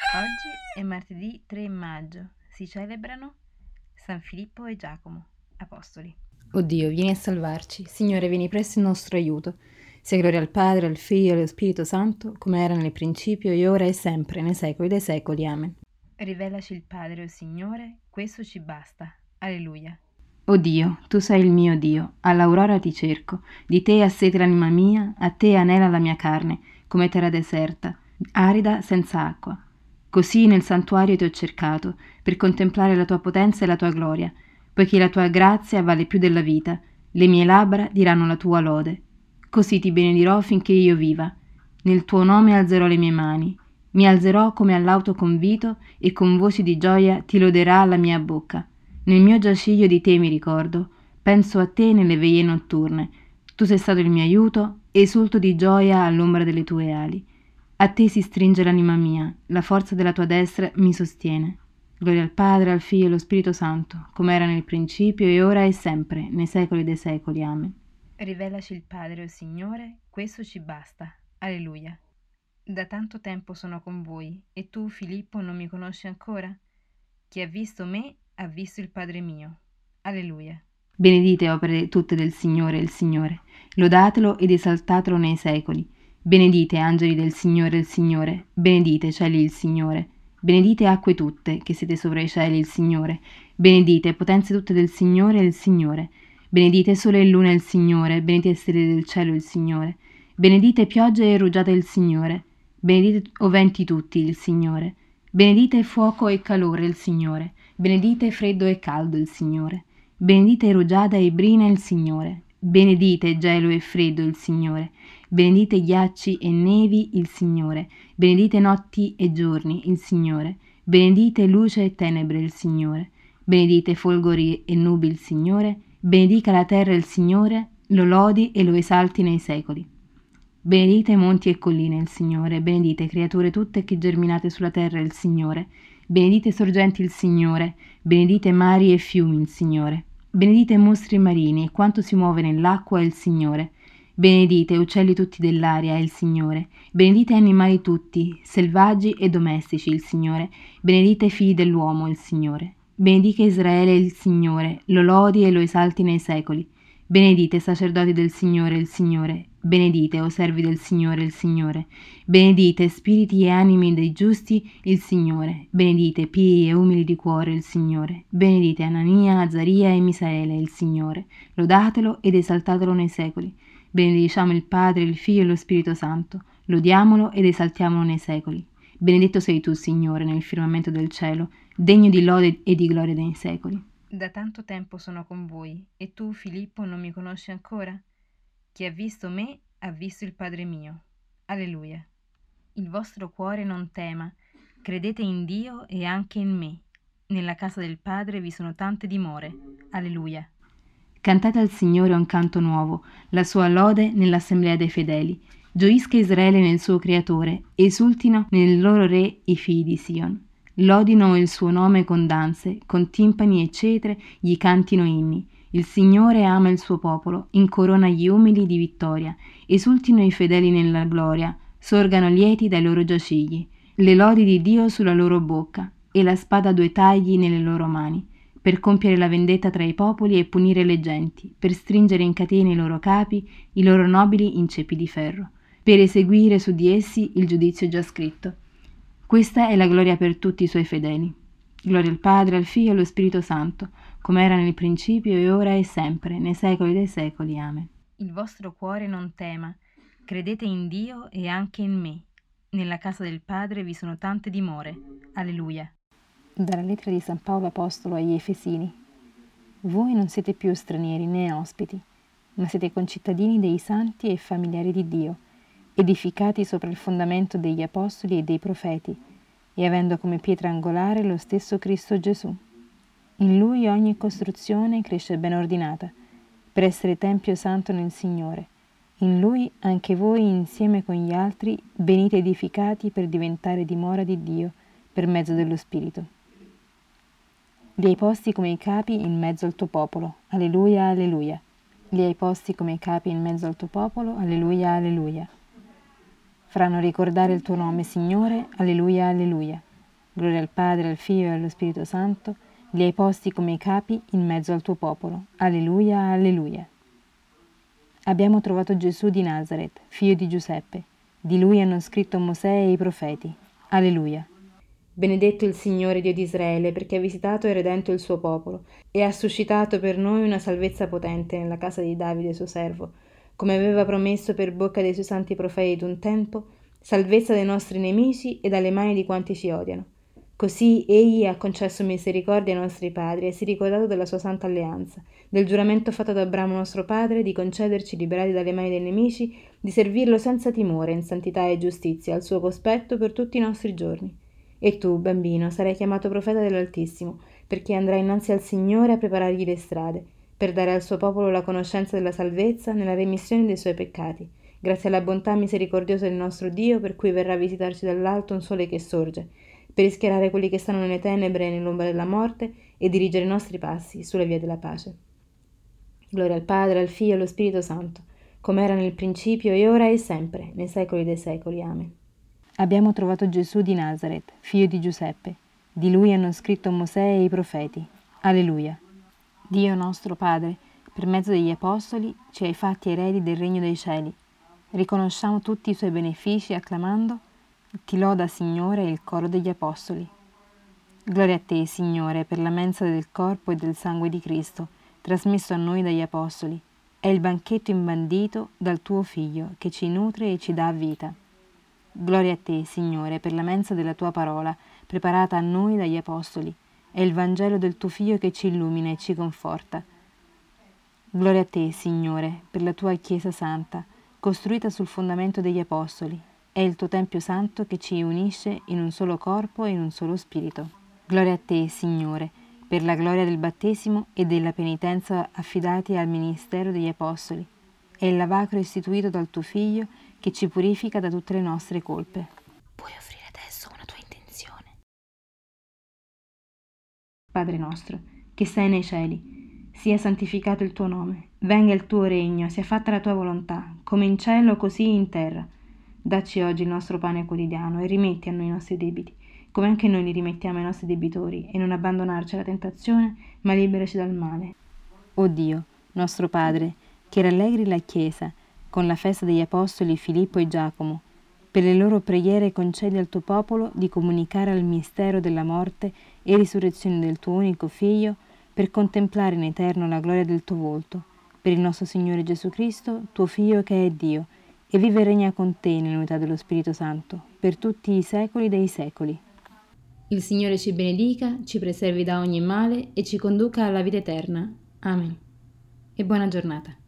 Oggi è martedì 3 maggio, si celebrano San Filippo e Giacomo, apostoli. O Dio, vieni a salvarci. Signore, vieni presto in nostro aiuto. Sia gloria al Padre, al Figlio e allo Spirito Santo, come era nel principio, e ora e sempre, nei secoli dei secoli. Amen. Rivelaci il Padre, o Signore, questo ci basta. Alleluia. O Dio, tu sei il mio Dio, all'aurora ti cerco, di te ha sete l'anima mia, a te anela la mia carne, come terra deserta, arida senza acqua. Così nel santuario ti ho cercato, per contemplare la tua potenza e la tua gloria, poiché la tua grazia vale più della vita, le mie labbra diranno la tua lode. Così ti benedirò finché io viva. Nel tuo nome alzerò le mie mani, mi alzerò come all'auto convito e con voci di gioia ti loderà la mia bocca. Nel mio giaciglio di te mi ricordo, penso a te nelle veglie notturne. Tu sei stato il mio aiuto, esulto di gioia all'ombra delle tue ali. A te si stringe l'anima mia, la forza della tua destra mi sostiene. Gloria al Padre, al Figlio e allo Spirito Santo, come era nel principio e ora e sempre, nei secoli dei secoli. Amen. Rivelaci il Padre, o Signore, questo ci basta. Alleluia. Da tanto tempo sono con voi, e tu, Filippo, non mi conosci ancora? Chi ha visto me ha visto il Padre mio. Alleluia. Benedite opere tutte del Signore il Signore, lodatelo ed esaltatelo nei secoli. Benedite angeli del Signore il Signore, benedite cieli il Signore, benedite acque tutte, che siete sopra i cieli il Signore, benedite potenze tutte del Signore il Signore, benedite sole e luna il Signore, benedite stelle del cielo il Signore, benedite piogge e rugiada il Signore, benedite o venti tutti il Signore, benedite fuoco e calore il Signore, benedite freddo e caldo il Signore. Benedite rugiada e brina il Signore, benedite gelo e freddo il Signore, benedite ghiacci e nevi il Signore, benedite notti e giorni il Signore, benedite luce e tenebre il Signore, benedite folgori e nubi il Signore, benedica la terra il Signore, lo lodi e lo esalti nei secoli. Benedite monti e colline il Signore, benedite creature tutte che germinate sulla terra il Signore, benedite sorgenti il Signore, benedite mari e fiumi il Signore. Benedite mostri marini e quanto si muove nell'acqua è il Signore. Benedite uccelli tutti dell'aria è il Signore. Benedite animali tutti, selvaggi e domestici il Signore. Benedite figli dell'uomo il Signore. Benedica Israele il Signore, lo lodi e lo esalti nei secoli. Benedite sacerdoti del Signore il Signore. Benedite, o servi del Signore il Signore. Benedite spiriti e animi dei giusti il Signore. Benedite pii e umili di cuore il Signore. Benedite Anania, Azaria e Misaele il Signore. Lodatelo ed esaltatelo nei secoli. Benediciamo il Padre, il Figlio e lo Spirito Santo. Lodiamolo ed esaltiamolo nei secoli. Benedetto sei tu, Signore, nel firmamento del cielo, degno di lode e di gloria nei secoli. Da tanto tempo sono con voi, e tu, Filippo, non mi conosci ancora? Chi ha visto me ha visto il Padre mio. Alleluia. Il vostro cuore non tema, credete in Dio e anche in me. Nella casa del Padre vi sono tante dimore. Alleluia. Cantate al Signore un canto nuovo, la sua lode nell'assemblea dei fedeli. Gioisca Israele nel suo Creatore, esultino nel loro Re i figli di Sion. Lodino il suo nome con danze, con timpani e cetre gli cantino inni. Il Signore ama il suo popolo, incorona gli umili di vittoria. Esultino i fedeli nella gloria, sorgano lieti dai loro giacigli. Le lodi di Dio sulla loro bocca, e la spada a due tagli nelle loro mani, per compiere la vendetta tra i popoli e punire le genti, per stringere in catene i loro capi, i loro nobili in ceppi di ferro, per eseguire su di essi il giudizio già scritto. Questa è la gloria per tutti i suoi fedeli. Gloria al Padre, al Figlio e allo Spirito Santo, come era nel principio e ora e sempre, nei secoli dei secoli. Amen. Il vostro cuore non tema, credete in Dio e anche in me. Nella casa del Padre vi sono tante dimore. Alleluia. Dalla lettera di San Paolo Apostolo agli Efesini. Voi non siete più stranieri né ospiti, ma siete concittadini dei santi e familiari di Dio, edificati sopra il fondamento degli apostoli e dei profeti, e avendo come pietra angolare lo stesso Cristo Gesù. In Lui ogni costruzione cresce ben ordinata, per essere tempio santo nel Signore. In Lui anche voi insieme con gli altri venite edificati per diventare dimora di Dio per mezzo dello Spirito. Li hai posti come i capi in mezzo al tuo popolo. Alleluia, alleluia. Li hai posti come i capi in mezzo al tuo popolo. Alleluia, alleluia. Faranno ricordare il tuo nome, Signore. Alleluia, alleluia. Gloria al Padre, al Figlio e allo Spirito Santo, li hai posti come i capi in mezzo al tuo popolo. Alleluia, alleluia. Abbiamo trovato Gesù di Nazaret, figlio di Giuseppe. Di lui hanno scritto Mosè e i profeti. Alleluia. Benedetto il Signore Dio di Israele, perché ha visitato e redento il suo popolo e ha suscitato per noi una salvezza potente nella casa di Davide suo servo, come aveva promesso per bocca dei suoi santi profeti d'un tempo, salvezza dai nostri nemici e dalle mani di quanti ci odiano. Così egli ha concesso misericordia ai nostri padri e si è ricordato della sua santa alleanza, del giuramento fatto ad Abramo nostro padre di concederci, liberati dalle mani dei nemici, di servirlo senza timore, in santità e giustizia, al suo cospetto per tutti i nostri giorni. E tu, bambino, sarai chiamato profeta dell'Altissimo, perché andrai innanzi al Signore a preparargli le strade, per dare al suo popolo la conoscenza della salvezza nella remissione dei suoi peccati, grazie alla bontà misericordiosa del nostro Dio, per cui verrà a visitarci dall'alto un sole che sorge, per rischiarare quelli che stanno nelle tenebre e nell'ombra della morte e dirigere i nostri passi sulla via della pace. Gloria al Padre, al Figlio e allo Spirito Santo, come era nel principio e ora e sempre, nei secoli dei secoli. Amen. Abbiamo trovato Gesù di Nazaret, figlio di Giuseppe. Di lui hanno scritto Mosè e i profeti. Alleluia. Dio nostro Padre, per mezzo degli Apostoli, ci hai fatti eredi del regno dei cieli. Riconosciamo tutti i suoi benefici acclamando: Ti loda, Signore, il coro degli Apostoli. Gloria a te, Signore, per la mensa del corpo e del sangue di Cristo, trasmesso a noi dagli Apostoli. È il banchetto imbandito dal tuo Figlio, che ci nutre e ci dà vita. Gloria a te, Signore, per la mensa della tua parola, preparata a noi dagli Apostoli. È il Vangelo del tuo Figlio che ci illumina e ci conforta. Gloria a te, Signore, per la tua Chiesa Santa, costruita sul fondamento degli Apostoli. È il tuo Tempio Santo che ci unisce in un solo corpo e in un solo spirito. Gloria a te, Signore, per la gloria del battesimo e della penitenza affidati al ministero degli Apostoli. È il lavacro istituito dal tuo Figlio che ci purifica da tutte le nostre colpe. Puoi offrire adesso una tua intenzione. Padre nostro, che sei nei cieli, sia santificato il tuo nome, venga il tuo regno, sia fatta la tua volontà, come in cielo così in terra. Dacci oggi il nostro pane quotidiano e rimetti a noi i nostri debiti, come anche noi li rimettiamo ai nostri debitori, e non abbandonarci alla tentazione, ma liberaci dal male. O Dio, nostro Padre, che rallegri la Chiesa con la festa degli Apostoli Filippo e Giacomo, per le loro preghiere concedi al tuo popolo di comunicare al mistero della morte e risurrezione del tuo unico Figlio, per contemplare in eterno la gloria del tuo volto, per il nostro Signore Gesù Cristo, tuo Figlio che è Dio, e vive e regna con te nell'unità dello Spirito Santo, per tutti i secoli dei secoli. Il Signore ci benedica, ci preservi da ogni male e ci conduca alla vita eterna. Amen. E buona giornata.